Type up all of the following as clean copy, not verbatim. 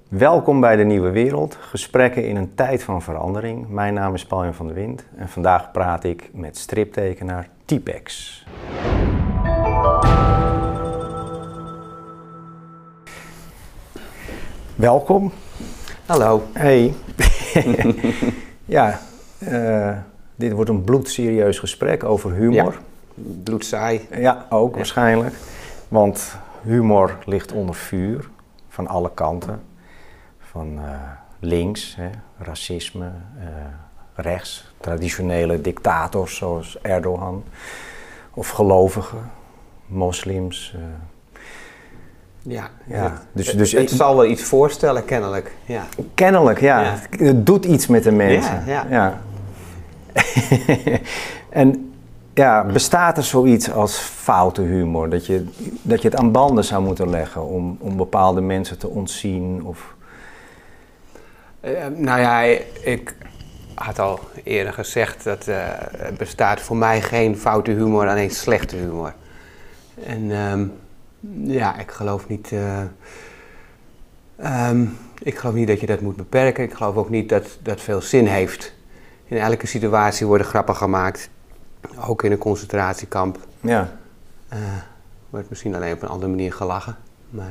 Welkom bij de Nieuwe Wereld, gesprekken in een tijd van verandering. Mijn naam is Paul-Jan van der Wind en vandaag praat ik met striptekenaar Typex. Welkom. Hallo. Hey. Ja, dit wordt een bloedserieus gesprek over humor. Ja, bloedsaai. Ja, ook waarschijnlijk. Want humor ligt onder vuur van alle kanten. Van links, racisme, rechts, traditionele dictators zoals Erdogan. Of gelovigen, moslims. Ja. Dus het zal wel iets voorstellen, kennelijk. Ja. Kennelijk, ja. Het doet iets met de mensen. Ja. En ja, bestaat er zoiets als foute humor? Dat je het aan banden zou moeten leggen om bepaalde mensen te ontzien? Of... Ik had al eerder gezegd dat er bestaat voor mij geen foute humor, alleen slechte humor. En ik geloof niet... ik geloof niet dat je dat moet beperken. Ik geloof ook niet dat dat veel zin heeft. In elke situatie worden grappen gemaakt. Ook in een concentratiekamp. Ja. Wordt misschien alleen op een andere manier gelachen. Maar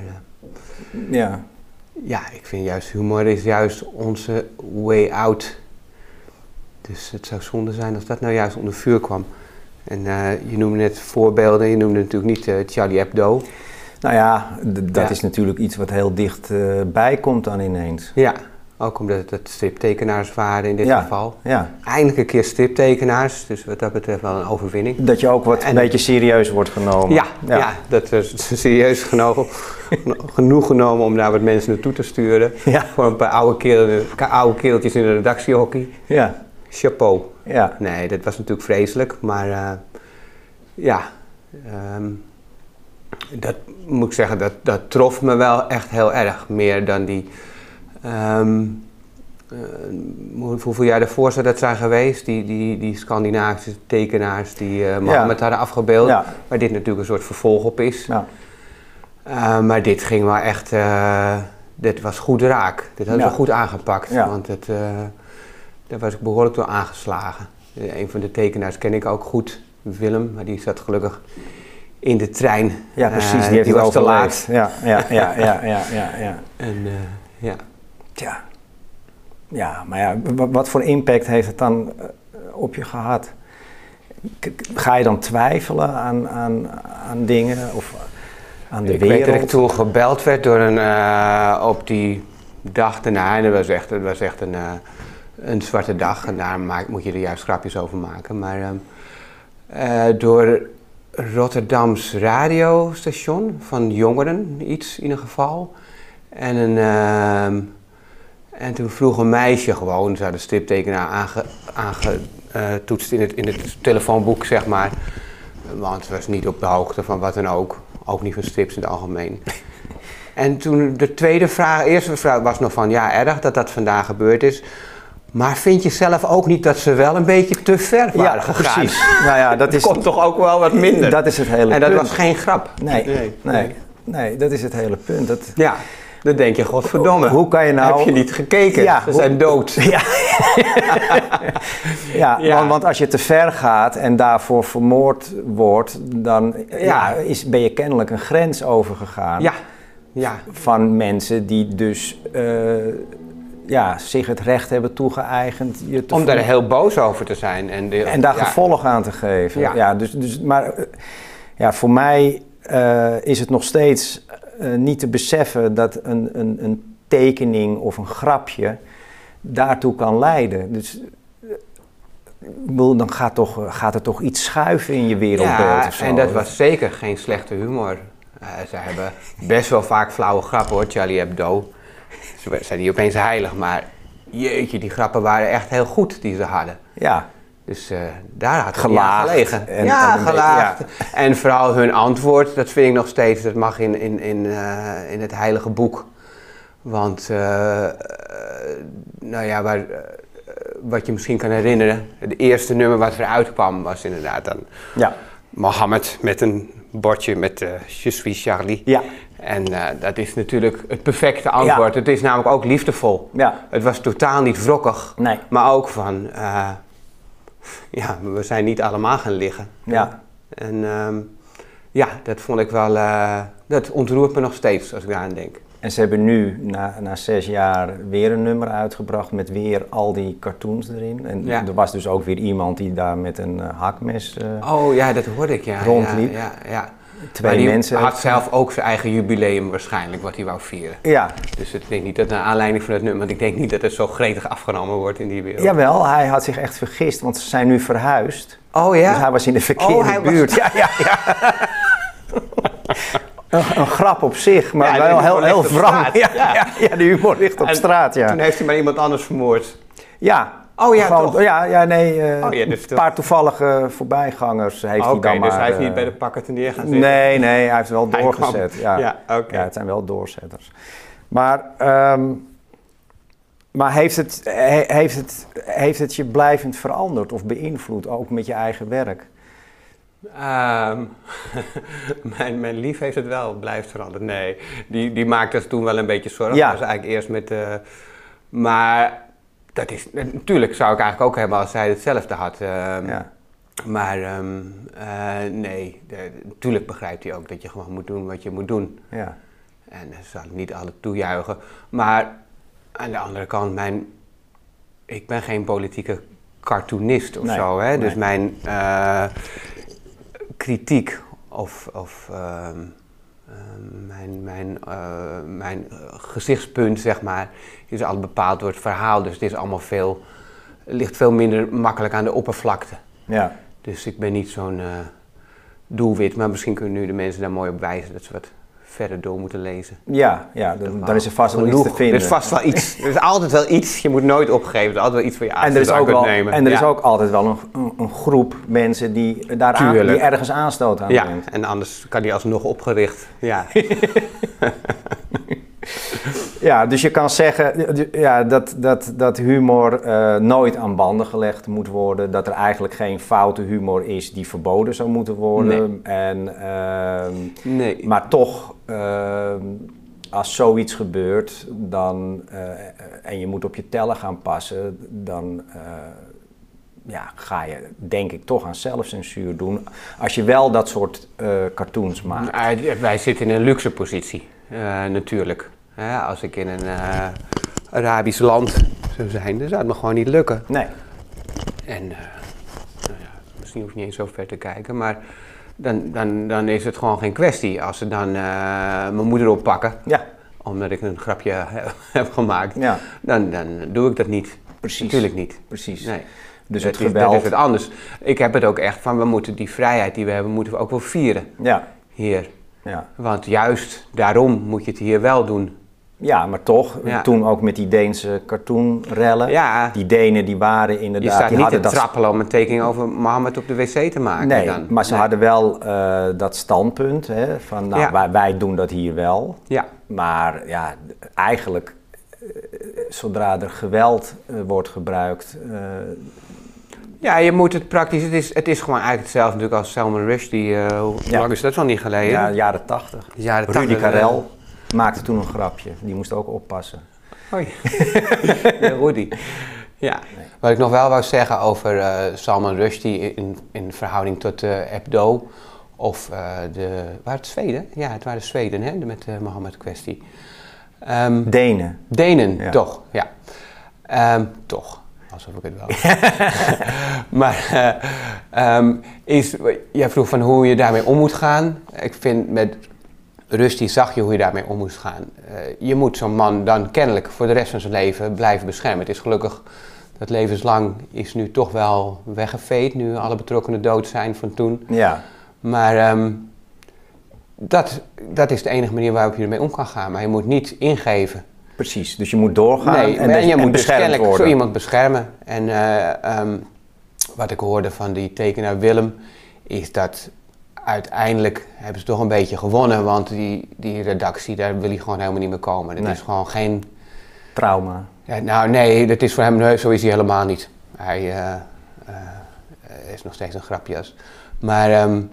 ik vind juist humor is juist onze way out. Dus het zou zonde zijn als dat nou juist onder vuur kwam. En je noemde net voorbeelden. Je noemde natuurlijk niet Charlie Hebdo. Nou ja, dat is natuurlijk iets wat heel dicht bij komt dan ineens. Ja, ook omdat het striptekenaars waren in dit geval. Ja. Eindelijk een keer striptekenaars, dus wat dat betreft wel een overwinning. Dat je ook een beetje serieus wordt genomen. Ja, dat is serieus genoeg genomen om daar wat mensen naartoe te sturen. Ja. Voor een paar oude keeltjes in de redactiehockey. Ja. Chapeau. Ja. Nee, dat was natuurlijk vreselijk, maar dat moet ik zeggen, dat trof me wel echt heel erg. Meer dan die... hoeveel jaar daarvoor zou dat zijn geweest? Die Scandinavische tekenaars die Mohammed hadden afgebeeld. Ja. Waar dit natuurlijk een soort vervolg op is. Ja. Maar dit ging wel echt... dit was goed raak. Dit hadden we goed aangepakt. Ja. Want daar was ik behoorlijk door aangeslagen. Een van de tekenaars ken ik ook goed, Willem. Maar die zat gelukkig in de trein. Ja, precies. Die was te laat. Ja. En Tja. Ja, maar ja, wat voor impact heeft het dan op je gehad? Ga je dan twijfelen aan dingen of aan de wereld? Ik weet dat ik toen gebeld werd door op die dag daarna. En dat was echt een zwarte dag. En daar moet je er juist grapjes over maken. Maar door Rotterdams radiostation van jongeren, iets in ieder geval. En toen vroeg een meisje gewoon, ze had de striptekenaar aangetoetst in het telefoonboek, zeg maar. Want ze was niet op de hoogte van wat dan ook. Ook niet van strips in het algemeen. En toen de eerste vraag was nog van, ja, erg dat dat vandaag gebeurd is. Maar vind je zelf ook niet dat ze wel een beetje te ver waren gegaan? Precies. Nou ja, dat komt toch ook wel wat minder. Dat is het hele punt. En dat was geen grap. Nee, dat is het hele punt. Ja. Dan denk je, godverdomme, hoe kan je nou... Heb je niet gekeken? Ja, ze zijn dood. Ja. Want als je te ver gaat en daarvoor vermoord wordt, dan ben je kennelijk een grens overgegaan. Ja. Van mensen die dus zich het recht hebben toegeëigend. Om daar heel boos over te zijn. En daar gevolg aan te geven. Ja, maar voor mij is het nog steeds... niet te beseffen dat een tekening of een grapje daartoe kan leiden. Dus dan gaat er toch iets schuiven in je wereldbeeld of zo. En dat was zeker geen slechte humor. Ze hebben best wel vaak flauwe grappen hoor, Charlie Hebdo. Ze zijn niet opeens heilig, maar jeetje, die grappen waren echt heel goed die ze hadden. Ja. Dus daar had gelaagd gelegen. Gelaagd. En vooral hun antwoord, dat vind ik nog steeds, dat mag in het heilige boek. Want, wat je misschien kan herinneren, het eerste nummer wat eruit kwam was inderdaad dan Mohammed met een bordje met Je suis Charlie. Ja. En dat is natuurlijk het perfecte antwoord. Ja. Het is namelijk ook liefdevol. Ja. Het was totaal niet wrokkig. Nee. Maar ook van, we zijn niet allemaal gaan liggen. Ja. En dat vond ik wel, dat ontroert me nog steeds als ik daar aan denk. En ze hebben nu, na 6 jaar, weer een nummer uitgebracht met weer al die cartoons erin. En er was dus ook weer iemand die daar met een hakmes dat hoorde ik, rondliep. Ja. 2 mensen. Hij had zelf ook zijn eigen jubileum waarschijnlijk, wat hij wou vieren. Ja. Dus ik denk niet dat naar aanleiding van het nummer, want ik denk niet dat het zo gretig afgenomen wordt in die wereld. Jawel, hij had zich echt vergist, want ze zijn nu verhuisd. Oh ja? Dus hij was in de verkeerde buurt. Ja. Een grap op zich, maar wel heel wrang. Ja, de humor ligt op straat, ja. Toen heeft hij maar iemand anders vermoord. Ja. Oh ja, gewoon, toch? Een paar toevallige voorbijgangers heeft hij dan maar... dus hij is niet bij de pakken neer gaan zitten? Nee, hij heeft wel doorgezet. Ja, het zijn wel doorzetters. Maar heeft het je blijvend veranderd of beïnvloed, ook met je eigen werk? Mijn lief heeft het wel blijft veranderd. Nee, die maakte het toen wel een beetje zorgen. Ja. Dat was eigenlijk eerst met... maar dat is... Natuurlijk zou ik eigenlijk ook hebben als zij hetzelfde had. Maar nee, natuurlijk begrijpt hij ook dat je gewoon moet doen wat je moet doen. Ja. En dat zal ik niet alle toejuichen. Maar aan de andere kant, ik ben geen politieke cartoonist of zo. Hè? Nee. Dus mijn... kritiek of mijn gezichtspunt, zeg maar, is al bepaald door het verhaal. Dus het is allemaal ligt veel minder makkelijk aan de oppervlakte. Ja. Dus ik ben niet zo'n doelwit, maar misschien kunnen nu de mensen daar mooi op wijzen dat ze wat verder door moeten lezen. Ja, dan is er vast wel iets te vinden. Er is vast wel iets. Er is altijd wel iets. Je moet nooit opgeven. Er is altijd wel iets voor je aanstoot kunt nemen. En er is ook altijd wel een groep mensen die ergens aanstoot aan neemt. Ja, en anders kan die alsnog opgericht. Ja. Ja, dus je kan zeggen dat humor nooit aan banden gelegd moet worden. Dat er eigenlijk geen foute humor is die verboden zou moeten worden. Nee. Maar toch, als zoiets gebeurt en je moet op je tellen gaan passen, dan ga je denk ik toch aan zelfcensuur doen. Als je wel dat soort cartoons maakt. Wij zitten in een luxe positie, natuurlijk. Ja, als ik in een Arabisch land zou zijn, dan zou het me gewoon niet lukken. Nee. En misschien hoef je niet eens zo ver te kijken, maar dan is het gewoon geen kwestie. Als ze dan mijn moeder oppakken, omdat ik een grapje heb gemaakt, dan doe ik dat niet. Precies. Natuurlijk niet. Precies. Nee. Dus dat is het anders. Ik heb het ook echt van, we moeten die vrijheid die we hebben, moeten we ook wel vieren. Ja. Hier. Ja. Want juist daarom moet je het hier wel doen. Ja, maar toch, toen ook met die Deense cartoonrellen. Ja. Die Denen die waren inderdaad... Je staat niet te trappelen om een tekening over Mohammed op de wc te maken. Nee, maar ze hadden wel dat standpunt, hè, van wij doen dat hier wel. Ja. Maar eigenlijk, zodra er geweld wordt gebruikt... Ja, je moet het praktisch... Het is gewoon eigenlijk hetzelfde natuurlijk als Salman Rushdie. Hoe lang is dat al niet geleden? Ja, jaren 80. Rudy Karel maakte toen een grapje. Die moest ook oppassen. Oh ja. Rudy. Ja. Nee. Wat ik nog wel wou zeggen over Salman Rushdie in verhouding tot Hebdo of waren het Zweden? Ja, het waren Zweden, hè, met de Mohammed-kwestie. Denen, toch, ja. Toch. Alsof ik het wel. Maar jij vroeg van hoe je daarmee om moet gaan. Ik vind met Rushdie zag je hoe je daarmee om moest gaan. Je moet zo'n man dan kennelijk voor de rest van zijn leven blijven beschermen. Het is gelukkig dat levenslang is nu toch wel weggeveed, nu alle betrokkenen dood zijn van toen. Ja. Maar dat is de enige manier waarop je ermee om kan gaan. Maar je moet niet ingeven. Precies, dus je moet doorgaan en je moet beschermd dus worden. Zo iemand beschermen. En wat ik hoorde van die tekenaar Willem, is dat uiteindelijk hebben ze toch een beetje gewonnen, want die redactie, daar wil hij gewoon helemaal niet meer komen. Dat is gewoon geen... Trauma. Ja, nou nee, dat is voor hem, zo is hij helemaal niet. Hij is nog steeds een grapjas. Maar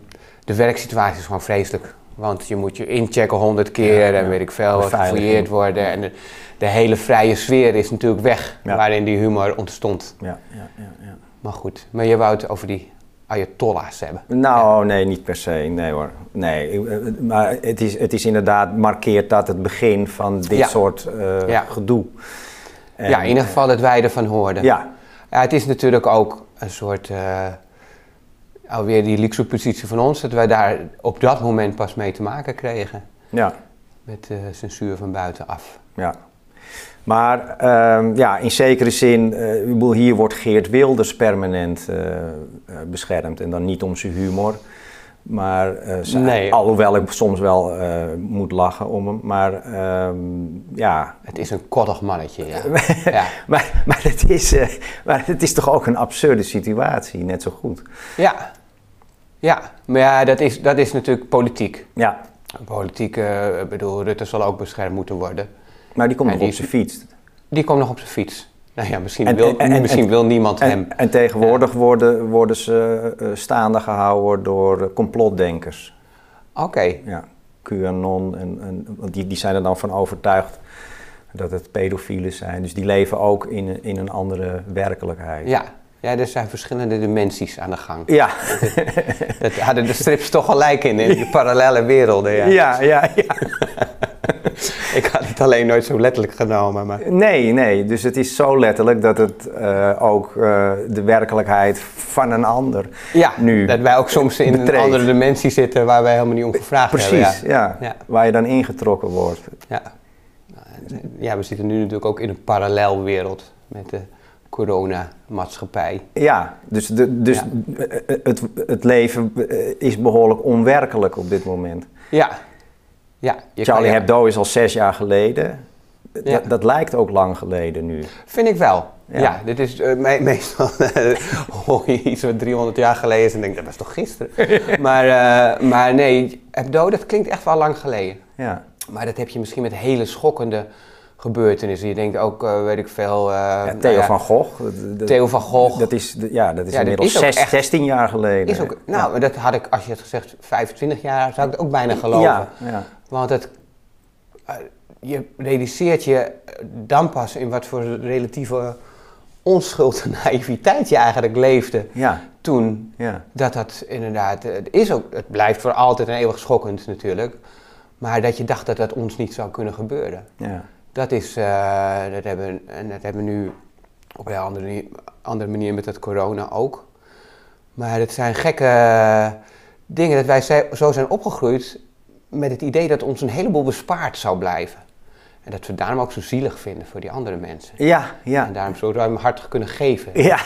de werksituatie is gewoon vreselijk. Want je moet je inchecken 100 keer en weet ik veel, gefouilleerd worden. En de hele vrije sfeer is natuurlijk weg waarin die humor ontstond. Ja. Maar goed, maar je wou het over die Ayatollahs hebben. Nou, nee, niet per se. Nee hoor. Nee, maar het is inderdaad, markeert dat het begin van dit soort gedoe. En, in ieder geval dat wij ervan hoorden. Ja, het is natuurlijk ook een soort, alweer die luxe positie van ons, dat wij daar op dat moment pas mee te maken kregen. Ja. Met censuur van buitenaf. Ja. Maar in zekere zin, hier wordt Geert Wilders permanent beschermd. En dan niet om zijn humor. Maar, alhoewel ik soms wel moet lachen om hem. Maar het is een koddig mannetje, ja. maar het is toch ook een absurde situatie, net zo goed. Ja, maar dat is natuurlijk politiek. Ja. Politiek, ik bedoel, Rutte zal ook beschermd moeten worden. Maar die komt nog op zijn fiets. Die komt nog op zijn fiets. Nou ja, misschien wil niemand hem. En tegenwoordig worden ze staande gehouden door complotdenkers. Oké. Ja, QAnon. Want die zijn er dan van overtuigd dat het pedofielen zijn. Dus die leven ook in een andere werkelijkheid. Ja, er zijn verschillende dimensies aan de gang. Ja. Dat hadden de strips toch gelijk in die parallele werelden. Ja. Ik had het alleen nooit zo letterlijk genomen. Maar... Nee. Dus het is zo letterlijk dat het ook de werkelijkheid van een ander nu dat wij ook soms in een andere dimensie zitten waar wij helemaal niet om gevraagd hebben. Precies, ja. Waar je dan ingetrokken wordt. Ja, we zitten nu natuurlijk ook in een parallelwereld met de coronamaatschappij. Ja, dus het leven is behoorlijk onwerkelijk op dit moment. Ja, Charlie Hebdo is al 6 jaar geleden. Dat lijkt ook lang geleden nu. Vind ik wel. Ja, dit is meestal hoor je iets wat 300 jaar geleden is en denk ik, dat was toch gisteren? Maar nee, Hebdo, dat klinkt echt wel lang geleden. Ja. Maar dat heb je misschien met hele schokkende gebeurtenissen. Je denkt ook, weet ik veel... Theo van Gogh. Theo van Gogh. Dat is inmiddels 16 jaar geleden. Is ook, maar dat had ik, als je had gezegd 25 jaar, zou ik het ook bijna geloven. Ja. Want je realiseert je dan pas in wat voor relatieve onschuld en naïviteit je eigenlijk leefde toen. Ja. Dat inderdaad, het blijft voor altijd en eeuwig schokkend natuurlijk. Maar dat je dacht dat dat ons niet zou kunnen gebeuren. Ja. Dat hebben we nu op een andere manier met het corona ook. Maar het zijn gekke dingen dat wij zo zijn opgegroeid met het idee dat ons een heleboel bespaard zou blijven. En dat we daarom ook zo zielig vinden voor die andere mensen. Ja. En daarom zo ruimhartig kunnen geven. Ja.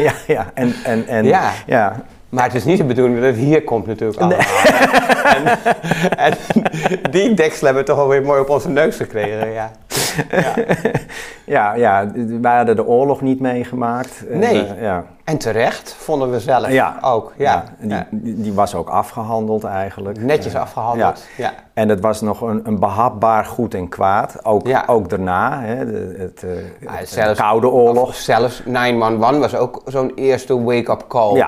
Maar het is niet de bedoeling dat het hier komt natuurlijk allemaal. Nee. En die deksel hebben we toch alweer mooi op onze neus gekregen, wij hadden de oorlog niet meegemaakt. Nee, en terecht vonden we zelf ook. Die was ook afgehandeld eigenlijk. Netjes afgehandeld, En het was nog een behapbaar goed en kwaad, ook daarna, de Koude Oorlog. Zelfs 911 was ook zo'n eerste wake-up call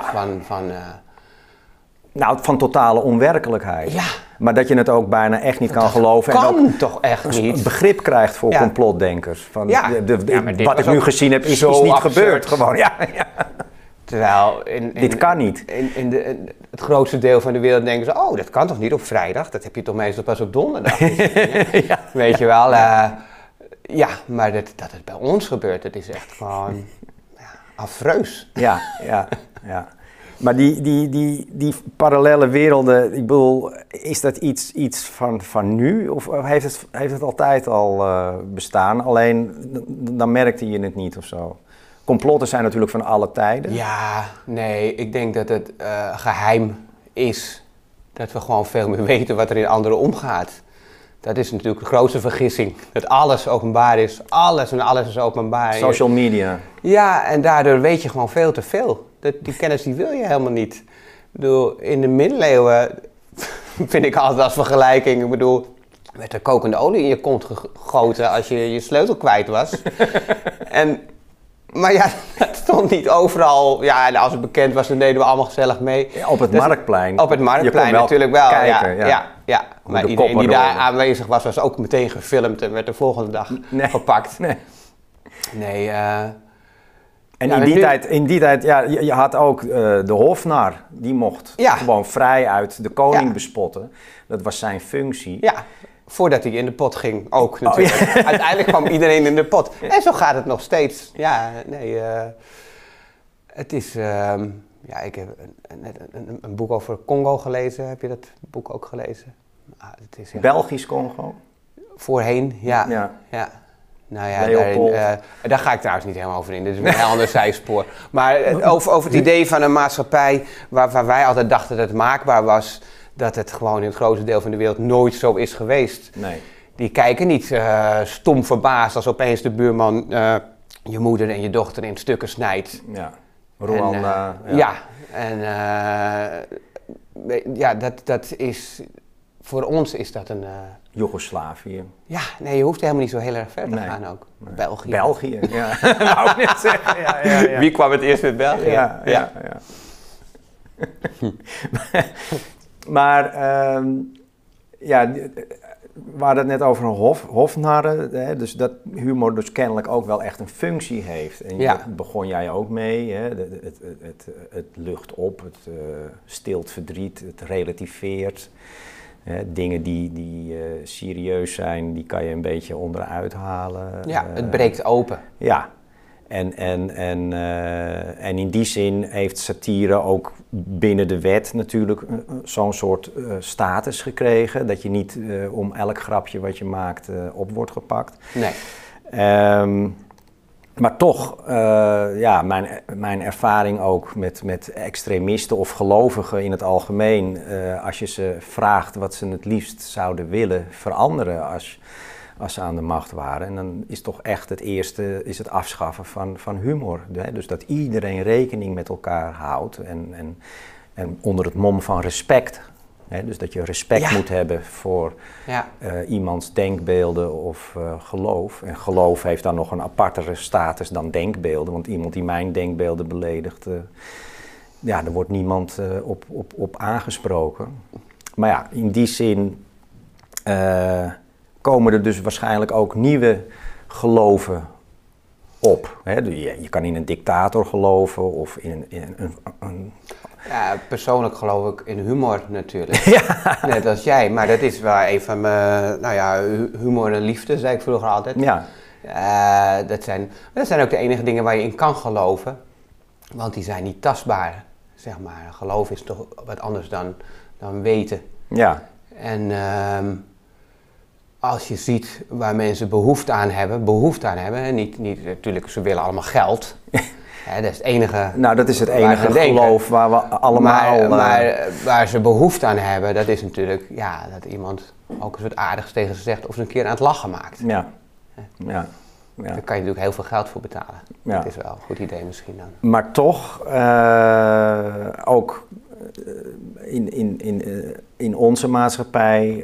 van totale onwerkelijkheid. Ja. Maar dat je het ook bijna echt niet kan geloven. Kan en ook toch echt niet? Begrip krijgt voor complotdenkers. Wat ik nu gezien heb is niet gebeurd. Gewoon. Terwijl dit kan niet. In het grootste deel van de wereld denken ze, dat kan toch niet op vrijdag? Dat heb je toch meestal pas op donderdag. Weet je wel. Maar dat het bij ons gebeurt, dat is echt gewoon afreus. Ja. Maar die parallele werelden, ik bedoel, is dat iets van nu? Of heeft het altijd al bestaan? Alleen, dan merkte je het niet of zo. Complotten zijn natuurlijk van alle tijden. Ja, nee, ik denk dat het geheim is. Dat we gewoon veel meer weten wat er in anderen omgaat. Dat is natuurlijk de grootste vergissing. Dat alles openbaar is. Alles is openbaar. Social media. Ja, en daardoor weet je gewoon veel te veel. Die kennis die wil je helemaal niet. Ik bedoel, in de middeleeuwen vind ik altijd als vergelijking. Ik bedoel, werd er kokende olie in je kont gegoten als je je sleutel kwijt was. Maar ja, het stond niet overal. Ja, en als het bekend was, dan deden we allemaal gezellig mee. Ja, op het Marktplein. Op het Marktplein natuurlijk wel. Kijken, ja. Maar iedereen die daar aanwezig was ook meteen gefilmd en werd de volgende dag gepakt. Nee. En in die tijd, ja, je had ook de hofnar, die mocht gewoon vrij uit de koning bespotten. Dat was zijn functie. Ja, voordat hij in de pot ging ook natuurlijk. Oh, ja. Uiteindelijk kwam iedereen in de pot. En zo gaat het nog steeds. Ja, nee, het is... ik heb net een boek over Congo gelezen. Heb je dat boek ook gelezen? Het is, Belgisch Congo? Voorheen, ja. Nou ja, daar ga ik trouwens niet helemaal over in. Dit is een heel ander zijspoor. Maar over het idee van een maatschappij waar wij altijd dachten dat het maakbaar was, dat het gewoon in het grootste deel van de wereld nooit zo is geweest. Nee. Die kijken niet stom verbaasd als opeens de buurman je moeder en je dochter in stukken snijdt. Ja, Rwanda. Dat is... Voor ons is dat een... Joegoslavië. Ja, nee, je hoeft helemaal niet zo heel erg ver te gaan ook. Nee. België, ja. Wou ik net zeggen. Ja. Wie kwam het eerst met België? Ja. Maar, we hadden het net over een hofnarren, hè, dus dat humor dus kennelijk ook wel echt een functie heeft. En daar begon jij ook mee, hè, het lucht op, het stilt verdriet, het relativeert. Dingen die serieus zijn, die kan je een beetje onderuit halen. Ja, het breekt open. Ja, en in die zin heeft satire ook binnen de wet natuurlijk zo'n soort status gekregen. Dat je niet om elk grapje wat je maakt op wordt gepakt. Nee. Maar toch, mijn ervaring ook met extremisten of gelovigen in het algemeen, als je ze vraagt wat ze het liefst zouden willen veranderen als ze aan de macht waren. En dan is toch echt het eerste is het afschaffen van humor. Hè? Dus dat iedereen rekening met elkaar houdt en onder het mom van respect. Hè? Dus dat je respect moet hebben voor iemands denkbeelden of geloof. En geloof heeft dan nog een apartere status dan denkbeelden. Want iemand die mijn denkbeelden beledigt, daar wordt niemand op aangesproken. Maar ja, in die zin komen er dus waarschijnlijk ook nieuwe geloven op. Hè? Je kan in een dictator geloven of in een Ja, persoonlijk geloof ik in humor natuurlijk. Ja. Net als jij, maar dat is wel een van mijn, humor en liefde, zei ik vroeger altijd. Ja. Dat zijn ook de enige dingen waar je in kan geloven, want die zijn niet tastbaar, zeg maar. Geloof is toch wat anders dan weten. Ja. En als je ziet waar mensen behoefte aan hebben, niet natuurlijk, ze willen allemaal geld. Ja, dat is het enige. Nou, dat is het enige geloof waar we allemaal. Maar waar ze behoefte aan hebben, dat is natuurlijk dat iemand ook eens wat aardigs tegen ze zegt of ze een keer aan het lachen maakt. Ja. Daar kan je natuurlijk heel veel geld voor betalen. Ja. Dat is wel een goed idee misschien dan. Maar toch, ook in onze maatschappij,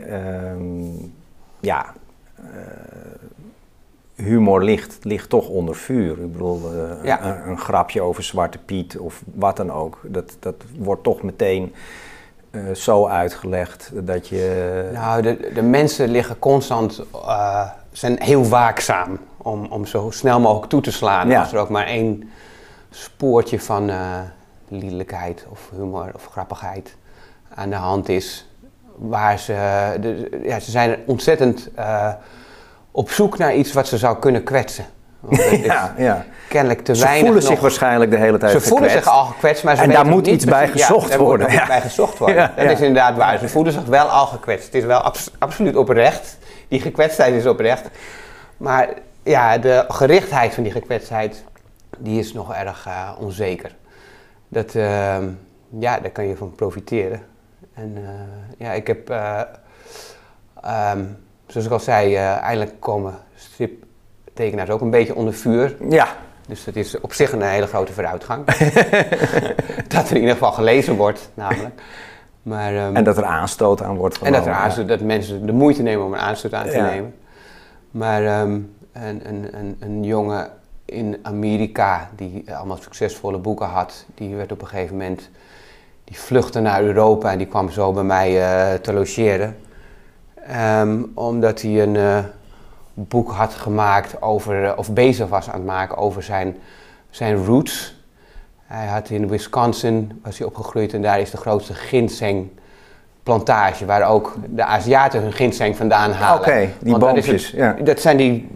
humor ligt toch onder vuur. Ik bedoel, een grapje over Zwarte Piet of wat dan ook. Dat wordt toch meteen zo uitgelegd dat je... Nou, de mensen liggen constant, zijn heel waakzaam om zo snel mogelijk toe te slaan. Als er ook maar één spoortje van liederlijkheid of humor of grappigheid aan de hand is. Waar ze zijn ontzettend op zoek naar iets wat ze zou kunnen kwetsen. Kennelijk te weinig. Ze voelen zich waarschijnlijk de hele tijd gekwetst. Ze voelen zich al gekwetst, maar en daar moet iets bij gezocht worden. Daar moet bij gezocht worden. Dat is inderdaad waar. Ze voelen zich wel al gekwetst. Het is wel absoluut oprecht. Die gekwetstheid is oprecht. Maar de gerichtheid van die gekwetstheid, die is nog erg onzeker. Daar kan je van profiteren. En ik heb, zoals ik al zei, eindelijk komen striptekenaars ook een beetje onder vuur. Ja. Dus dat is op zich een hele grote vooruitgang. Dat er in ieder geval gelezen wordt, namelijk. Maar, en dat er aanstoot aan wordt genomen. En dat mensen de moeite nemen om een aanstoot aan te nemen. Maar een jonge in Amerika, die allemaal succesvolle boeken had, die werd op een gegeven moment, die vluchtte naar Europa en die kwam zo bij mij te logeren. Omdat hij een boek had gemaakt over, of bezig was aan het maken over zijn roots. Hij had in Wisconsin, was hij opgegroeid en daar is de grootste ginsengplantage, waar ook de Aziaten hun ginseng vandaan halen. Oké, die boompjes. Dat zijn die,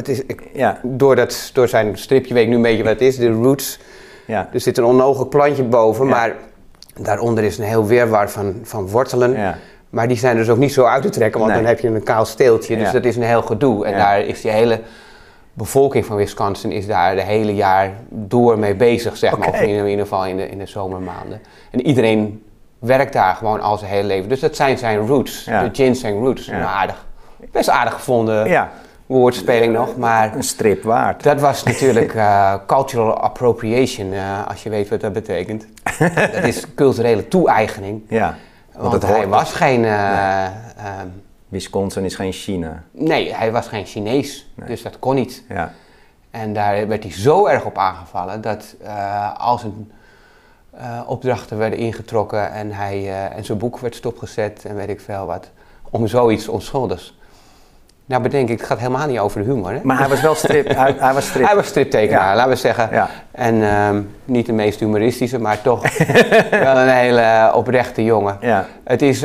door zijn stripje weet ik nu een beetje wat het is, de roots. Ja. Er zit een onnodig plantje boven, maar daaronder is een heel wirwar van wortelen. Ja. Maar die zijn dus ook niet zo uit te trekken, want dan heb je een kaal steeltje. Dus dat is een heel gedoe. En daar is die hele bevolking van Wisconsin is daar de hele jaar door mee bezig, zeg maar. Of in ieder geval in de zomermaanden. En iedereen werkt daar gewoon al zijn hele leven. Dus dat zijn zijn roots, de ginseng roots. Ja. Best aardig gevonden woordspeling nog, maar... Een strip waard. Dat was natuurlijk cultural appropriation, als je weet wat dat betekent. Dat is culturele toe-eigening. Ja. Want hij was geen... Wisconsin is geen China. Nee, hij was geen Chinees, dus dat kon niet. Ja. En daar werd hij zo erg op aangevallen dat als een opdrachten werden ingetrokken en zijn boek werd stopgezet en weet ik veel wat, om zoiets onschuldigs. Nou bedenk ik, het gaat helemaal niet over de humor. Hè? Maar hij was wel hij was striptekenaar, laten we zeggen. Ja. En niet de meest humoristische, maar toch wel een hele oprechte jongen. Ja. Het is...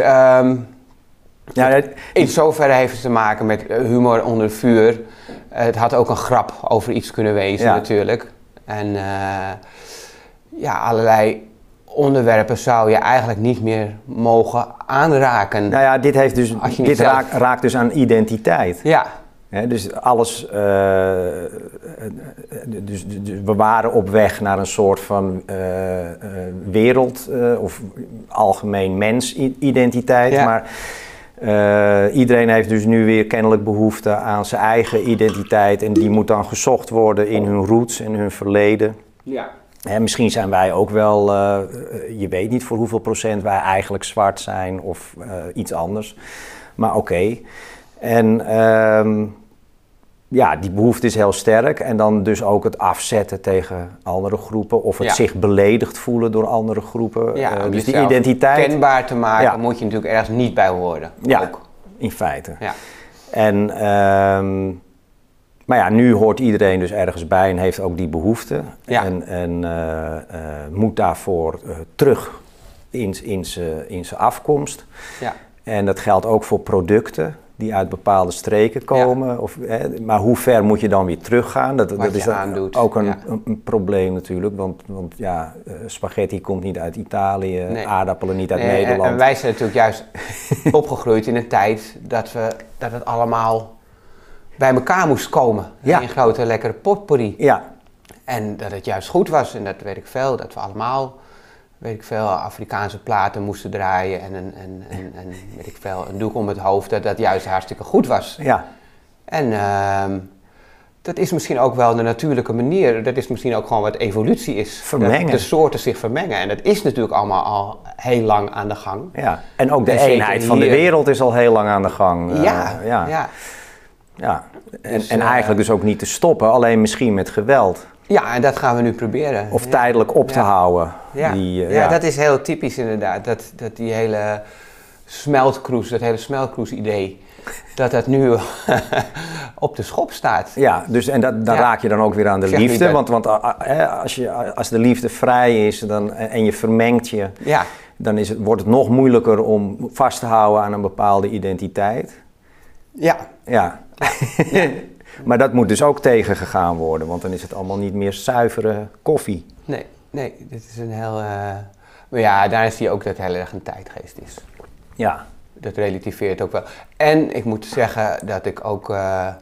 in zoverre heeft het te maken met humor onder vuur. Het had ook een grap over iets kunnen wezen natuurlijk. En allerlei onderwerpen zou je eigenlijk niet meer mogen aanraken. Nou ja, dit raakt dus aan identiteit. Ja. Dus alles, dus we waren op weg naar een soort van wereld of algemeen mensidentiteit, ja. Maar iedereen heeft dus nu weer kennelijk behoefte aan zijn eigen identiteit en die moet dan gezocht worden in hun roots en hun verleden. Ja. Misschien zijn wij ook wel, je weet niet voor hoeveel procent wij eigenlijk zwart zijn of iets anders, maar oké. En die behoefte is heel sterk en dan dus ook het afzetten tegen andere groepen of het zich beledigd voelen door andere groepen. Ja, dus die identiteit kenbaar te maken moet je natuurlijk ergens niet bij horen. Ja, ook. In feite. Ja. En maar ja, nu hoort iedereen dus ergens bij en heeft ook die behoefte. Ja. En moet daarvoor terug in zijn afkomst. Ja. En dat geldt ook voor producten die uit bepaalde streken komen. Ja. Maar hoe ver moet je dan weer teruggaan? Dat is ook een probleem natuurlijk. Want spaghetti komt niet uit Italië, aardappelen niet uit Nederland. En wij zijn natuurlijk juist opgegroeid in een tijd dat het allemaal bij elkaar moest komen. Ja. In grote lekkere potpourri. Ja. En dat het juist goed was. En dat weet ik veel. Dat we allemaal, Afrikaanse platen moesten draaien. En weet ik veel, een doek om het hoofd. Dat juist hartstikke goed was. Ja. En dat is misschien ook wel de natuurlijke manier. Dat is misschien ook gewoon wat evolutie is. Vermengen. Dat de soorten zich vermengen. En dat is natuurlijk allemaal al heel lang aan de gang. Ja. En ook de eenheid van de wereld is al heel lang aan de gang. Ja, en eigenlijk dus ook niet te stoppen, alleen misschien met geweld. Ja, en dat gaan we nu proberen. Of tijdelijk op te houden. Ja. Dat is heel typisch inderdaad. Dat die hele smeltkroes idee, dat nu op de schop staat. Ja, dus en dan raak je dan ook weer aan de liefde. Want als de liefde vrij is en je vermengt je, dan wordt het nog moeilijker om vast te houden aan een bepaalde identiteit. Ja. Maar dat moet dus ook tegengegaan worden, want dan is het allemaal niet meer zuivere koffie. Nee, dit is een heel... Maar ja, daar zie je ook dat het heel erg een tijdgeest is. Ja. Dat relativeert ook wel. En ik moet zeggen dat ik ook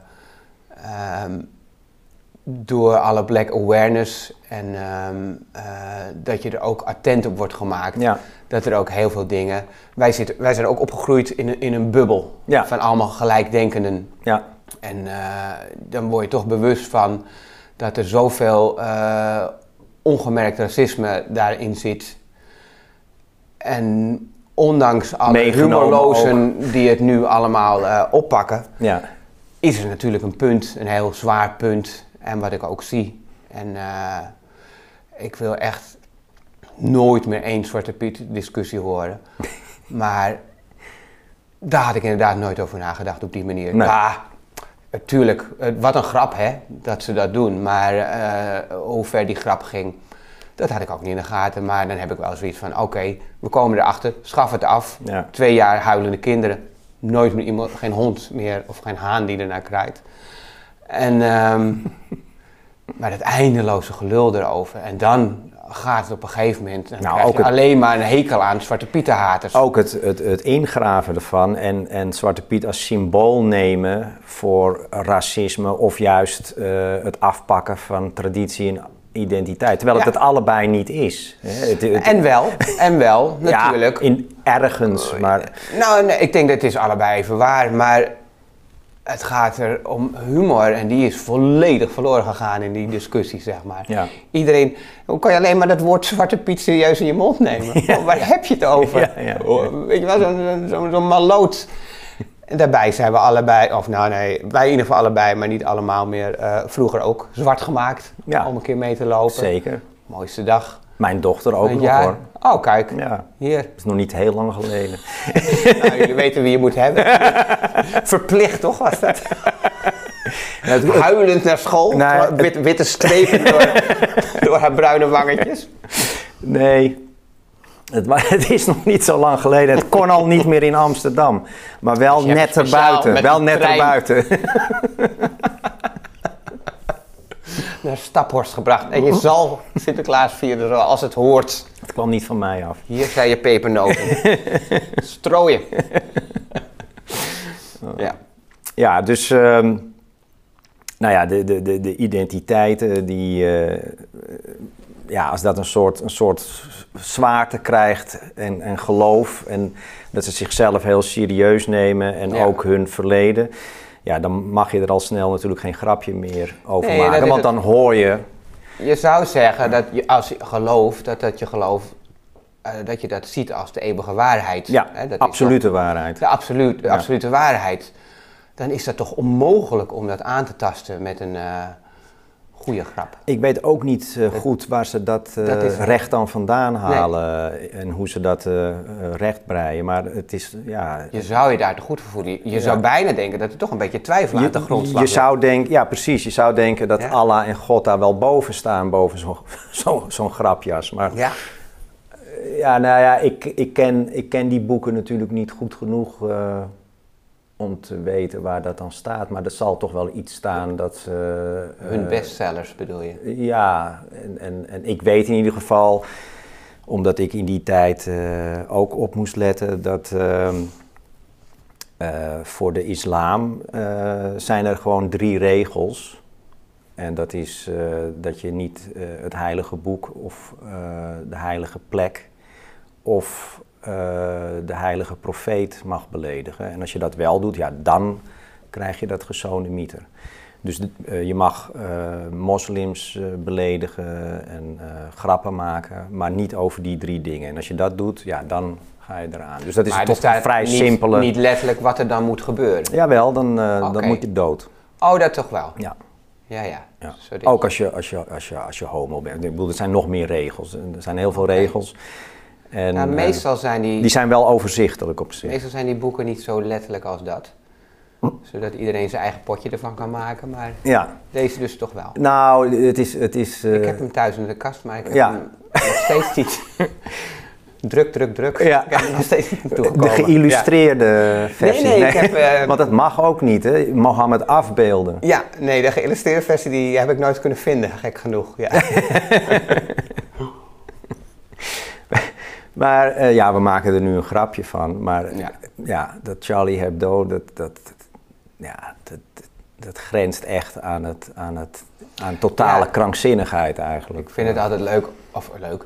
door alle black awareness en dat je er ook attent op wordt gemaakt. Ja. Dat er ook heel veel dingen... Wij zijn ook opgegroeid in een bubbel van allemaal gelijkdenkenden. Ja. En dan word je toch bewust van dat er zoveel ongemerkt racisme daarin zit. En ondanks alle humorlozen die het nu allemaal oppakken, is er natuurlijk een punt, een heel zwaar punt. En wat ik ook zie. En ik wil echt nooit meer één Zwarte Piet discussie horen. Maar daar had ik inderdaad nooit over nagedacht op die manier. Nee. Ja, natuurlijk, wat een grap hè, dat ze dat doen. Maar hoe ver die grap ging, dat had ik ook niet in de gaten. Maar dan heb ik wel zoiets van, oké, we komen erachter, schaf het af. Ja. 2 jaar huilende kinderen, nooit meer iemand, geen hond meer of geen haan die ernaar krijgt. En, maar dat eindeloze gelul erover. En dan gaat het op een gegeven moment, dan krijg je alleen maar een hekel aan Zwarte Pietenhaters. Ook het ingraven ervan en Zwarte Piet als symbool nemen voor racisme of juist het afpakken van traditie en identiteit. Terwijl het allebei niet is. En wel, natuurlijk. Ja, ergens, maar... Nou, nee, ik denk dat het is allebei even waar, maar het gaat er om humor en die is volledig verloren gegaan in die discussie, zeg maar. Ja. Iedereen, hoe kan je alleen maar dat woord Zwarte Piet serieus in je mond nemen? Ja. Waar heb je het over? Ja. Weet je wel, zo'n maloot. En daarbij zijn we allebei, of nou nee, wij in ieder geval allebei, maar niet allemaal meer, vroeger ook zwart gemaakt om een keer mee te lopen. Zeker. Mooiste dag. Mijn dochter ook nog hoor. Oh, kijk. Ja. Hier. Dat is nog niet heel lang geleden. Nou, jullie weten wie je moet hebben. Verplicht, toch, was dat? Huilend naar school. Witte strepen door haar bruine wangetjes. Nee. Het is nog niet zo lang geleden. Het kon al niet meer in Amsterdam. Maar wel dus net erbuiten. Wel net erbuiten. Naar Staphorst gebracht. En je zal Sinterklaas vieren zoals het hoort. Het kwam niet van mij af. Hier zijn je pepernoten. Strooien. Ja. Ja, dus... nou ja, de identiteiten die... als dat een soort zwaarte krijgt en geloof... en dat ze zichzelf heel serieus nemen en ook hun verleden... Ja, dan mag je er al snel natuurlijk geen grapje meer over maken, want dan hoor je... Je zou zeggen dat je, als je gelooft, dat je dat ziet als de eeuwige waarheid. Ja, dat absolute waarheid. De absolute waarheid. Dan is dat toch onmogelijk om dat aan te tasten met een goede grap. Ik weet ook niet goed waar ze dat recht dan vandaan halen en hoe ze dat rechtbreien, maar het is, Je zou je daar te goed voor voelen. Je zou bijna denken dat er toch een beetje twijfel aan de grondslag is. Je zou denken, ja precies, je zou denken dat Allah en God daar wel boven staan, boven zo'n grapjas, maar... Ja. Ja, nou ja, ik ken die boeken natuurlijk niet goed genoeg om te weten waar dat dan staat. Maar er zal toch wel iets staan dat ze... Hun bestsellers bedoel je? Ja, en ik weet in ieder geval, omdat ik in die tijd ook op moest letten, dat voor de islam zijn er gewoon 3 regels. En dat is dat je niet het heilige boek of de heilige plek of de heilige profeet mag beledigen. En als je dat wel doet, dan krijg je dat gesodemieter. Dus je mag moslims beledigen en grappen maken, maar niet over die 3 dingen. En als je dat doet, dan ga je eraan. Dus dat is toch een vrij simpele... Niet letterlijk wat er dan moet gebeuren? Jawel, dan moet je dood. Oh, dat toch wel? Ja. Ja. Ook als je homo bent. Ik bedoel, er zijn nog meer regels. Er zijn heel veel regels. En, meestal zijn die zijn wel overzichtelijk op zich. Meestal zijn die boeken niet zo letterlijk als dat. Zodat iedereen zijn eigen potje ervan kan maken. Maar deze dus toch wel. Nou, het is ik heb hem thuis in de kast, maar ik heb hem nog steeds niet... Druk. Ja. Ik heb hem nog steeds niet toegekomen. De geïllustreerde versie. Nee. Ik heb, want dat mag ook niet, hè? Mohammed afbeelden. Ja, nee, de geïllustreerde versie die heb ik nooit kunnen vinden, gek genoeg. Ja. Maar we maken er nu een grapje van. Maar dat Charlie Hebdo, dat grenst echt aan totale krankzinnigheid eigenlijk. Ik vind het altijd leuk,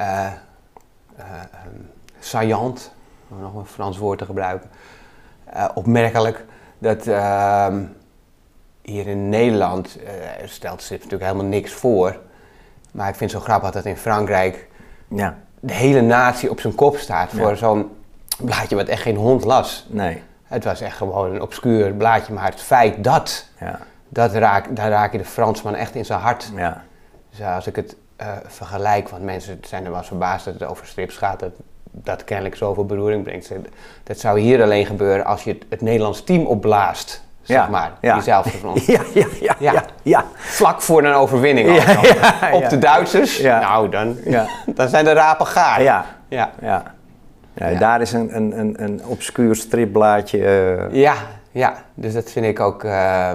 saillant, om nog een Frans woord te gebruiken, opmerkelijk dat hier in Nederland stelt zich natuurlijk helemaal niks voor. Maar ik vind het zo grappig dat in Frankrijk de hele natie op zijn kop staat voor zo'n blaadje wat echt geen hond las. Nee. Het was echt gewoon een obscuur blaadje, maar het feit dat daar raak je de Fransman echt in zijn hart. Ja. Dus als ik het vergelijk, want mensen zijn er wel eens verbaasd dat het over strips gaat, dat kennelijk zoveel beroering brengt. Dat zou hier alleen gebeuren als je het Nederlands team opblaast, zeg maar, diezelfde front. Ja. Vlak voor een overwinning op de Duitsers, nou dan zijn de rapen gaar. Ja, daar is een obscuur stripblaadje. Dus dat vind ik ook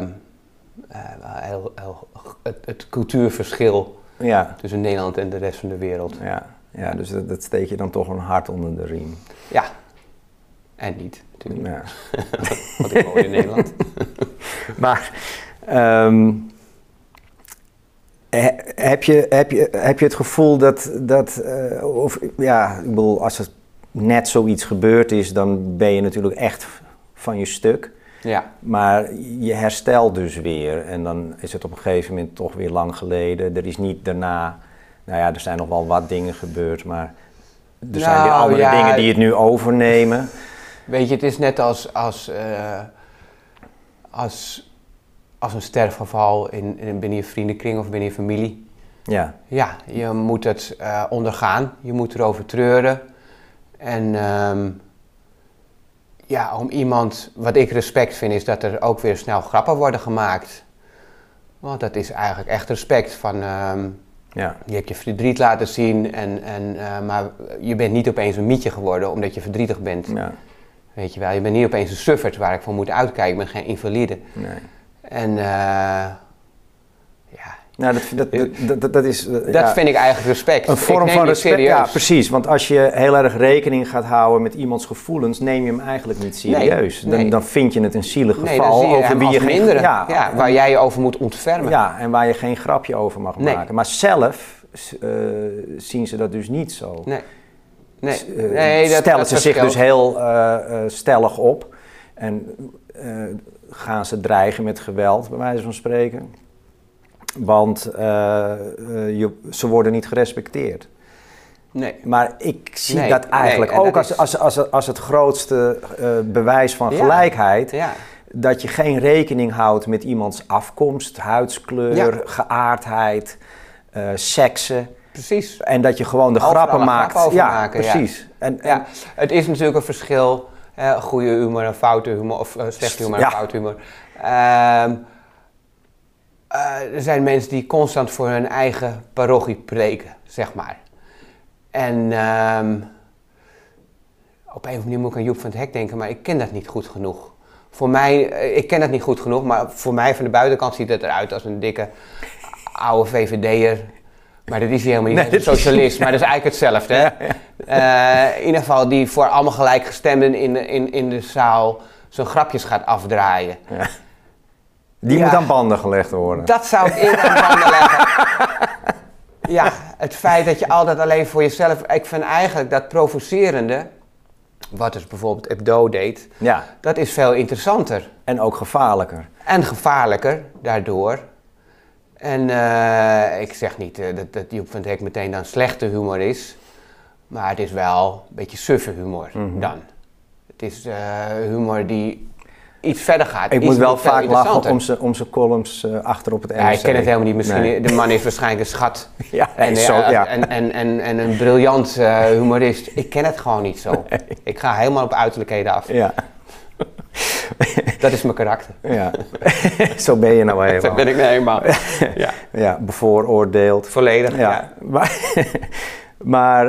het cultuurverschil tussen Nederland en de rest van de wereld. Ja, dus dat steek je dan toch een hart onder de riem. Ja, en niet natuurlijk. Ja. Wat ik hoor in Nederland. Maar heb je het gevoel ik bedoel, als er net zoiets gebeurd is, dan ben je natuurlijk echt van je stuk. Ja. Maar je herstelt dus weer en dan is het op een gegeven moment toch weer lang geleden. Er is niet daarna, er zijn nog wel wat dingen gebeurd, maar er zijn weer andere dingen die het nu overnemen. Weet je, het is net als een sterfgeval binnen je vriendenkring of binnen je familie. Ja. Ja, je moet het ondergaan, je moet erover treuren. En om iemand, wat ik respect vind, is dat er ook weer snel grappen worden gemaakt. Want dat is eigenlijk echt respect van, je hebt je verdriet laten zien, maar je bent niet opeens een mietje geworden omdat je verdrietig bent. Ja. Weet je wel, je bent niet opeens een sufferd waar ik voor moet uitkijken, ik ben geen invalide. Nee. En dat is... dat vind ik eigenlijk respect. Een vorm van respect, serieus. Ja, precies. Want als je heel erg rekening gaat houden met iemands gevoelens, neem je hem eigenlijk niet serieus. Dan vind je het een zielig geval over wie je geen... waar jij je over moet ontfermen. Ja, en waar je geen grapje over mag maken. Maar zelf zien ze dat dus niet zo. Stellen ze zich dus heel stellig op. En gaan ze dreigen met geweld, bij wijze van spreken. Want ze worden niet gerespecteerd. Nee. Maar ik zie dat eigenlijk ook als het grootste bewijs van gelijkheid. Ja. Dat je geen rekening houdt met iemands afkomst, huidskleur, geaardheid, seksen. Precies. En dat je gewoon de grappen maakt. Precies. Ja. Het is natuurlijk een verschil. Goede humor en foute humor, of slechte humor en foute humor. Er zijn mensen die constant voor hun eigen parochie preken, zeg maar. En op een of andere manier moet ik aan Joep van het Hek denken, maar ik ken dat niet goed genoeg. Voor mij, ik ken dat niet goed genoeg, maar voor mij van de buitenkant ziet het eruit als een dikke oude VVD'er. Maar dat is hij helemaal niet, een socialist, maar dat is eigenlijk hetzelfde. Hè? In ieder geval die voor allemaal gelijkgestemden in de zaal zo'n grapjes gaat afdraaien. Ja. Die moet aan banden gelegd worden. Dat zou ik eerder aan banden leggen. Ja, het feit dat je altijd alleen voor jezelf... Ik vind eigenlijk dat provocerende, wat dus bijvoorbeeld Hebdo deed, dat is veel interessanter. En ook gevaarlijker. En gevaarlijker, daardoor. En ik zeg niet dat Joep van het Hek meteen dan slechte humor is, maar het is wel een beetje suffe humor dan. Het is humor die iets verder gaat. Ik moet wel vaak lachen om zijn columns achter op het NRC. Ja, ik ken het helemaal niet. Misschien, de man is waarschijnlijk een schat. En een briljant humorist. Ik ken het gewoon niet zo. Nee. Ik ga helemaal op uiterlijkheden af. Ja. Dat is mijn karakter. Ja, zo ben je nou helemaal. Zo ben ik nou helemaal. Ja, bevooroordeeld. Volledig, ja. Maar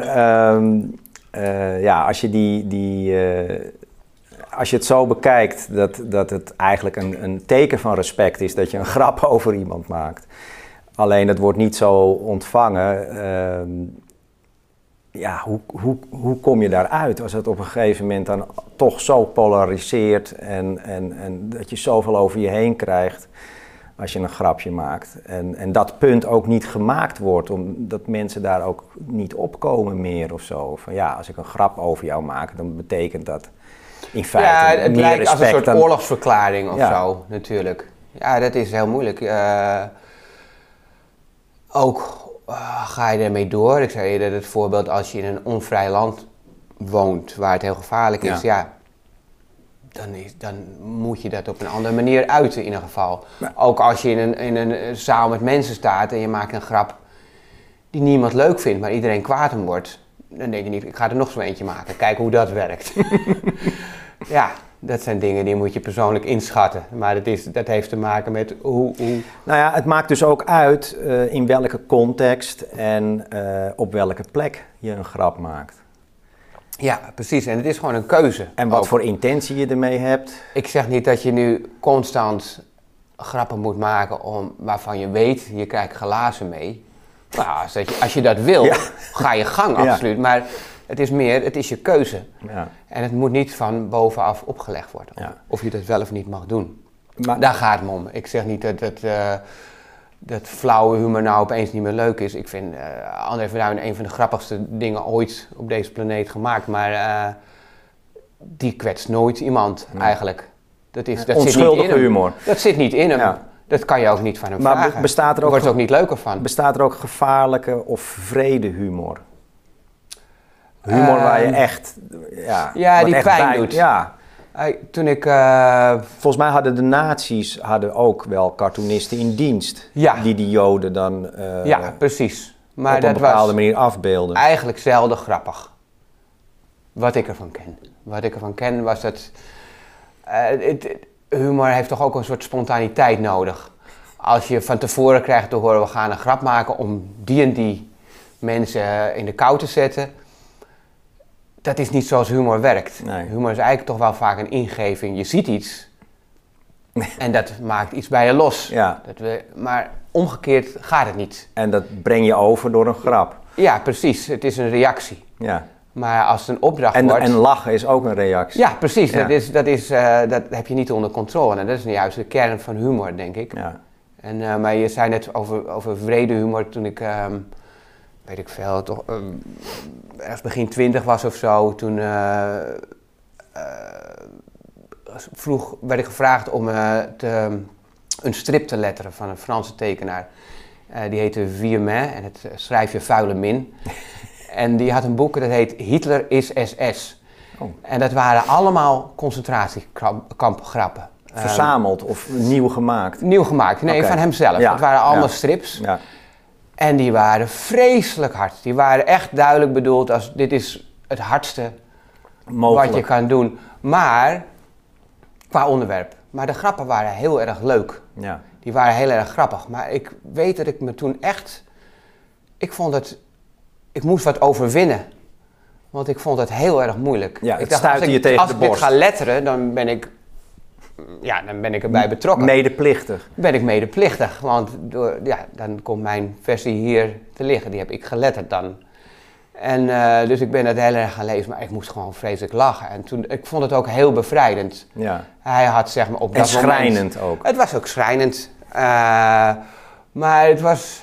als je als je het zo bekijkt, dat het eigenlijk een teken van respect is dat je een grap over iemand maakt. Alleen het wordt niet zo ontvangen. Hoe kom je daaruit als het op een gegeven moment dan toch zo polariseert en dat je zoveel over je heen krijgt als je een grapje maakt. En dat punt ook niet gemaakt wordt, omdat mensen daar ook niet opkomen meer of zo. Van als ik een grap over jou maak, dan betekent dat in feite het meer lijkt respect als een soort oorlogsverklaring of zo, natuurlijk. Ja, dat is heel moeilijk. Ook ga je ermee door. Ik zei eerder het voorbeeld als je in een onvrij land woont waar het heel gevaarlijk is. dan moet je dat op een andere manier uiten in ieder geval. Ja. Ook als je in een zaal met mensen staat en je maakt een grap die niemand leuk vindt, maar iedereen kwaad om wordt. Dan denk je niet, ik ga er nog zo eentje maken, kijken hoe dat werkt. Ja, dat zijn dingen die moet je persoonlijk inschatten. Maar dat heeft te maken met hoe... Nou ja, het maakt dus ook uit in welke context en op welke plek je een grap maakt. Ja, precies. En het is gewoon een keuze. En wat voor intentie je ermee hebt. Ik zeg niet dat je nu constant grappen moet maken waarvan je weet, je krijgt glazen mee. Nou, als je dat wil, ga je gang, absoluut. Maar het is meer, het is je keuze. Ja. En het moet niet van bovenaf opgelegd worden. Ja. Of je dat wel of niet mag doen. Maar daar gaat het me om. Ik zeg niet dat flauwe humor nou opeens niet meer leuk is. Ik vind André van Duin een van de grappigste dingen ooit op deze planeet gemaakt. Maar die kwetst nooit iemand eigenlijk. Dat onschuldige humor. Dat zit niet in hem. Ja. Dat kan je ook niet van hem vragen. Maar bestaat er ook, wordt ook niet leuker van. Bestaat er ook gevaarlijke of vrede humor? Humor waar je echt... Ja, die echt pijn doet. Ja. Toen ik... Volgens mij hadden de nazi's ook wel cartoonisten in dienst. Ja. Die Joden dan ja, precies. Maar op een bepaalde manier afbeelden. Eigenlijk zelden grappig. Wat ik ervan ken. Wat ik ervan ken was dat... humor heeft toch ook een soort spontaniteit nodig. Als je van tevoren krijgt te horen, we gaan een grap maken om die en die mensen in de kou te zetten. Dat is niet zoals humor werkt. Nee. Humor is eigenlijk toch wel vaak een ingeving. Je ziet iets en dat maakt iets bij je los. Ja. Maar omgekeerd gaat het niet. En dat breng je over door een grap. Ja, precies. Het is een reactie. Ja. Maar als het een opdracht wordt... En lachen is ook een reactie. Ja, precies. Ja. Dat heb je niet onder controle. En dat is juist de kern van humor, denk ik. Ja. Maar je zei net over vrede humor toen ik... weet ik veel, toch ergens begin 20 was of zo, toen werd ik gevraagd om een strip te letteren van een Franse tekenaar. Die heette Viermain en het schrijf je vuile min. En die had een boek dat heet Hitler is SS. Oh. En dat waren allemaal concentratiekampgrappen. Verzameld of nieuw gemaakt? Nieuw gemaakt, nee, van hemzelf. Ja. Het waren allemaal strips. Ja. En die waren vreselijk hard. Die waren echt duidelijk bedoeld als dit is het hardste mogelijk wat je kan doen. Maar, qua onderwerp. Maar de grappen waren heel erg leuk. Ja. Die waren heel erg grappig. Maar ik weet dat ik me toen echt... Ik moest wat overwinnen. Want ik vond het heel erg moeilijk. Ja, ik dacht, als ik dit ga letteren, dan ben ik erbij betrokken. Medeplichtig. Ben ik medeplichtig, want dan komt mijn versie hier te liggen. Die heb ik geletterd dan. En dus ik ben het heel erg gaan lezen, maar ik moest gewoon vreselijk lachen. En ik vond het ook heel bevrijdend. Ja. Hij had zeg maar op dat moment... En schrijnend ook. Het was ook schrijnend. Maar het was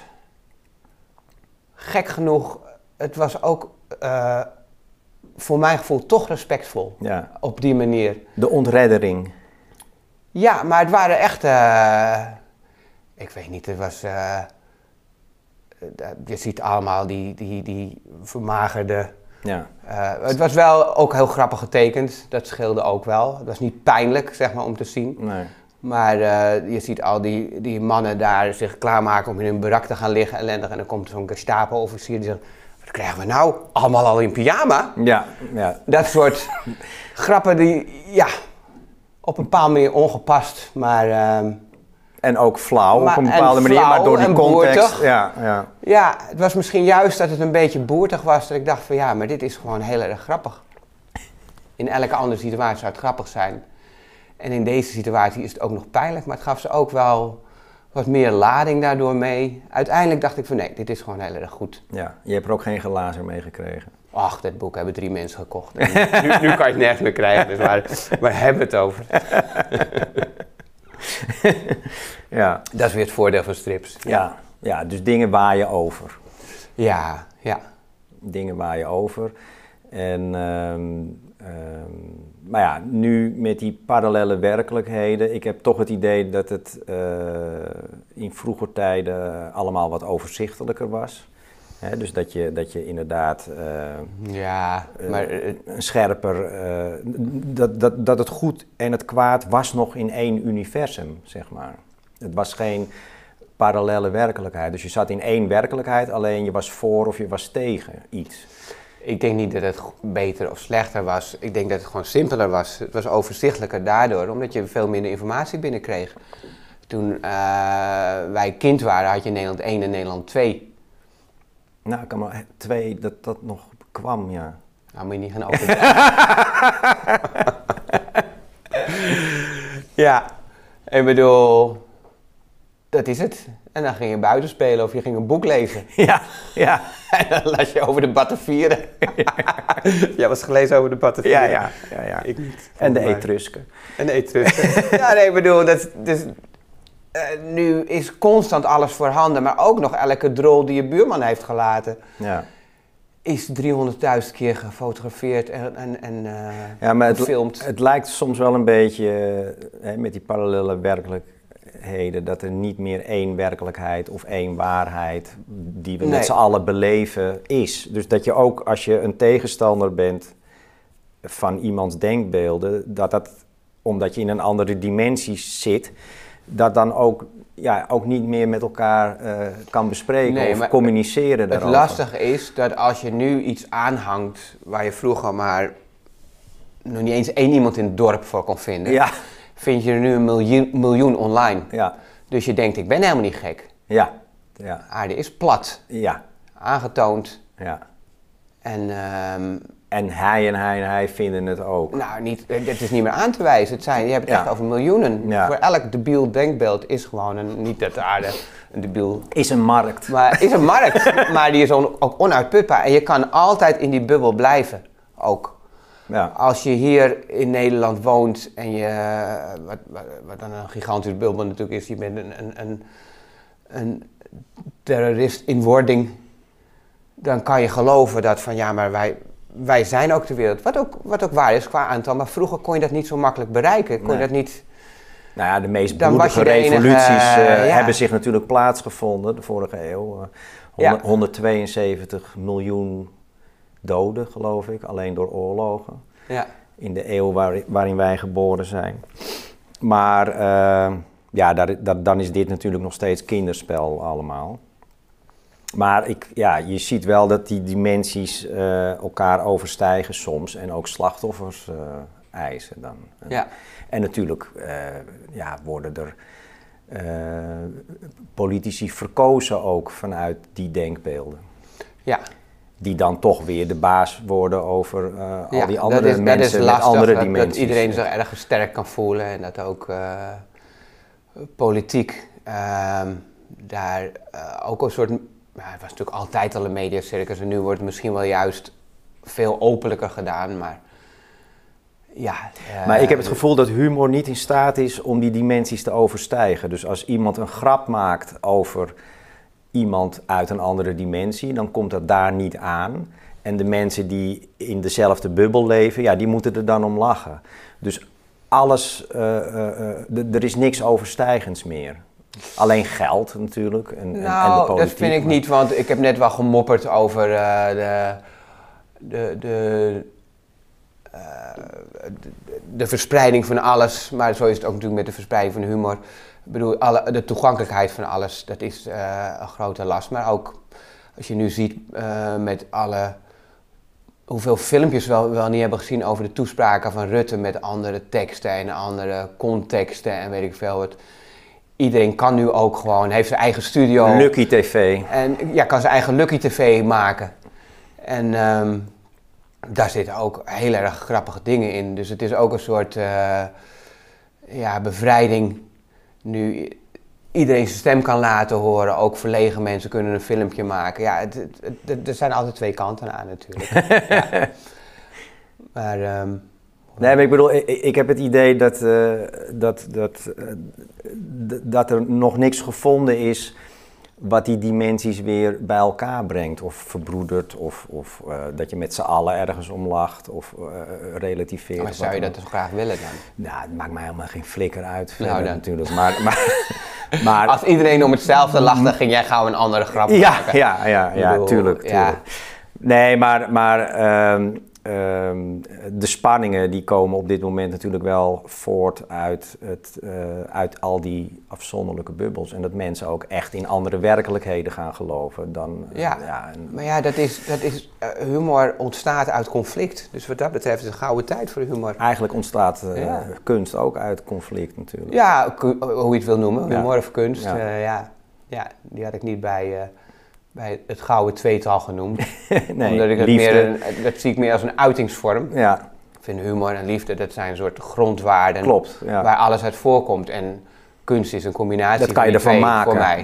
gek genoeg, het was ook... voor mijn gevoel toch respectvol. Ja. Op die manier. De ontreddering. Ja, maar het waren echt... ik weet niet, het was... je ziet allemaal die vermagerde... Ja. Het was wel ook heel grappig getekend. Dat scheelde ook wel. Het was niet pijnlijk, zeg maar, om te zien. Nee. Maar je ziet al die mannen daar zich klaarmaken om in hun barak te gaan liggen. Ellendig. En dan komt zo'n Gestapo-officier die zegt... Wat krijgen we nou? Allemaal al in pyjama? Ja, ja. Dat soort grappen die, op een bepaalde manier ongepast, maar... en ook flauw op een bepaalde manier, maar door die context. Ja, het was misschien juist dat het een beetje boertig was, dat ik dacht van maar dit is gewoon heel erg grappig. In elke andere situatie zou het grappig zijn. En in deze situatie is het ook nog pijnlijk, maar het gaf ze ook wel... wat meer lading daardoor mee. Uiteindelijk dacht ik van nee, dit is gewoon heel erg goed. Ja, je hebt er ook geen glazer mee gekregen. Ach, dit boek hebben 3 mensen gekocht. Nu kan je het nergens meer krijgen, dus waar hebben we het over? Ja. Dat is weer het voordeel van strips. Ja, dus dingen waar je over. Ja. Dingen waar je over. En... maar ja, nu met die parallele werkelijkheden, ik heb toch het idee dat het in vroeger tijden allemaal wat overzichtelijker was. Dus dat je inderdaad een scherper... dat het goed en het kwaad was nog in één universum, zeg maar. Het was geen parallelle werkelijkheid. Dus je zat in één werkelijkheid, alleen je was voor of je was tegen iets. Ik denk niet dat het beter of slechter was. Ik denk dat het gewoon simpeler was. Het was overzichtelijker daardoor, omdat je veel minder informatie binnenkreeg. Toen wij kind waren, had je Nederland 1 en Nederland 2. Nou, ik kan maar 2 dat nog kwam, ja. Nou, moet je niet gaan overdrijven. Ja, ik bedoel, dat is het. En dan ging je buiten spelen of je ging een boek lezen. Ja. En dan las je over de Batavieren. Jij was gelezen over de Batavieren. Ja. Ik niet. En de Etrusken. Ja, nee, ik bedoel, nu is constant alles voorhanden, maar ook nog elke drol die je buurman heeft gelaten. Ja. Is 300.000 keer gefotografeerd en gefilmd. Het lijkt soms wel een beetje, met die parallele werkelijkheden, dat er niet meer één werkelijkheid of één waarheid die we met z'n allen beleven is. Dus dat je ook, als je een tegenstander bent van iemands denkbeelden, dat omdat je in een andere dimensie zit, dat dan ook niet meer met elkaar kan bespreken of communiceren daarover. Het lastige is dat als je nu iets aanhangt waar je vroeger maar nog niet eens 1 iemand in het dorp voor kon vinden, vind je er nu 1 miljoen online. Ja. Dus je denkt, ik ben helemaal niet gek. Ja. Aarde is plat. Ja. Aangetoond. Ja. En hij vinden het ook. Nou, het is niet meer aan te wijzen. Je hebt het echt over miljoenen. Ja. Voor elk debiel denkbeeld is gewoon niet dat de aarde een debiel... Is een markt. Maar is een markt, maar die is ook onuitputbaar. En je kan altijd in die bubbel blijven, ook. Ja. Als je hier in Nederland woont en je... Wat dan een gigantische bubbel natuurlijk is, je bent een terrorist in wording, dan kan je geloven dat van maar wij zijn ook de wereld. Wat ook waar is qua aantal, maar vroeger kon je dat niet zo makkelijk bereiken. Kon je dat niet... Nou ja, de meest bloedige revoluties hebben zich natuurlijk plaatsgevonden, de vorige eeuw. 172 miljoen doden, geloof ik, alleen door oorlogen. Ja. In de eeuw waarin wij geboren zijn. Maar dan is dit natuurlijk nog steeds kinderspel allemaal. Maar je ziet wel dat die dimensies elkaar overstijgen soms en ook slachtoffers eisen dan. Ja. En natuurlijk worden er politici verkozen ook vanuit die denkbeelden. Ja. Die dan toch weer de baas worden over al die andere mensen met andere dimensies. Dat iedereen zich ergens sterk kan voelen en dat ook politiek daar ook een soort... het was natuurlijk altijd al een mediacircus en nu wordt het misschien wel juist veel openlijker gedaan, maar maar ik heb het gevoel dat humor niet in staat is om die dimensies te overstijgen. Dus als iemand een grap maakt over iemand uit een andere dimensie, dan komt dat daar niet aan. En de mensen die in dezelfde bubbel leven, die moeten er dan om lachen. Dus alles, er is niks overstijgends meer. Alleen geld natuurlijk en de politiek. Dat vind ik niet, want ik heb net wel gemopperd over de verspreiding van alles. Maar zo is het ook natuurlijk met de verspreiding van humor. Ik bedoel, de toegankelijkheid van alles, dat is een grote last. Maar ook als je nu ziet met hoeveel filmpjes we wel niet hebben gezien over de toespraken van Rutte met andere teksten en andere contexten en weet ik veel wat. Iedereen kan nu ook gewoon, heeft zijn eigen studio. Lucky TV. En kan zijn eigen Lucky TV maken. En daar zitten ook heel erg grappige dingen in. Dus het is ook een soort bevrijding. Nu iedereen zijn stem kan laten horen. Ook verlegen mensen kunnen een filmpje maken. Ja, er zijn altijd 2 kanten aan natuurlijk. Ja. Maar... Nee, maar ik bedoel, ik heb het idee dat er nog niks gevonden is wat die dimensies weer bij elkaar brengt of verbroedert of dat je met z'n allen ergens om lacht of relativeert. Maar zou je dat dus graag willen dan? Nou, het maakt mij helemaal geen flikker uit verder natuurlijk. Maar als iedereen om hetzelfde lacht, dan ging jij gauw een andere grap maken. Ja, tuurlijk. Ja. Nee, maar de spanningen die komen op dit moment natuurlijk wel voort uit al die afzonderlijke bubbels. En dat mensen ook echt in andere werkelijkheden gaan geloven dan... maar ja, dat is humor ontstaat uit conflict. Dus wat dat betreft is het een gouden tijd voor humor. Eigenlijk ontstaat kunst ook uit conflict natuurlijk. Ja, hoe je het wil noemen. Humor of kunst. Die had ik niet bij het gouden tweetal genoemd. Nee, omdat ik dat zie ik meer als een uitingsvorm. Ja. Ik vind humor en liefde, dat zijn een soort grondwaarden. Klopt, ja. Waar alles uit voorkomt. En kunst is een combinatie dat kan je ervan maken. Voor mij.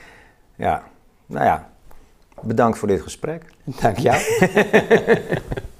Ja. Nou ja, bedankt voor dit gesprek. Dank jou.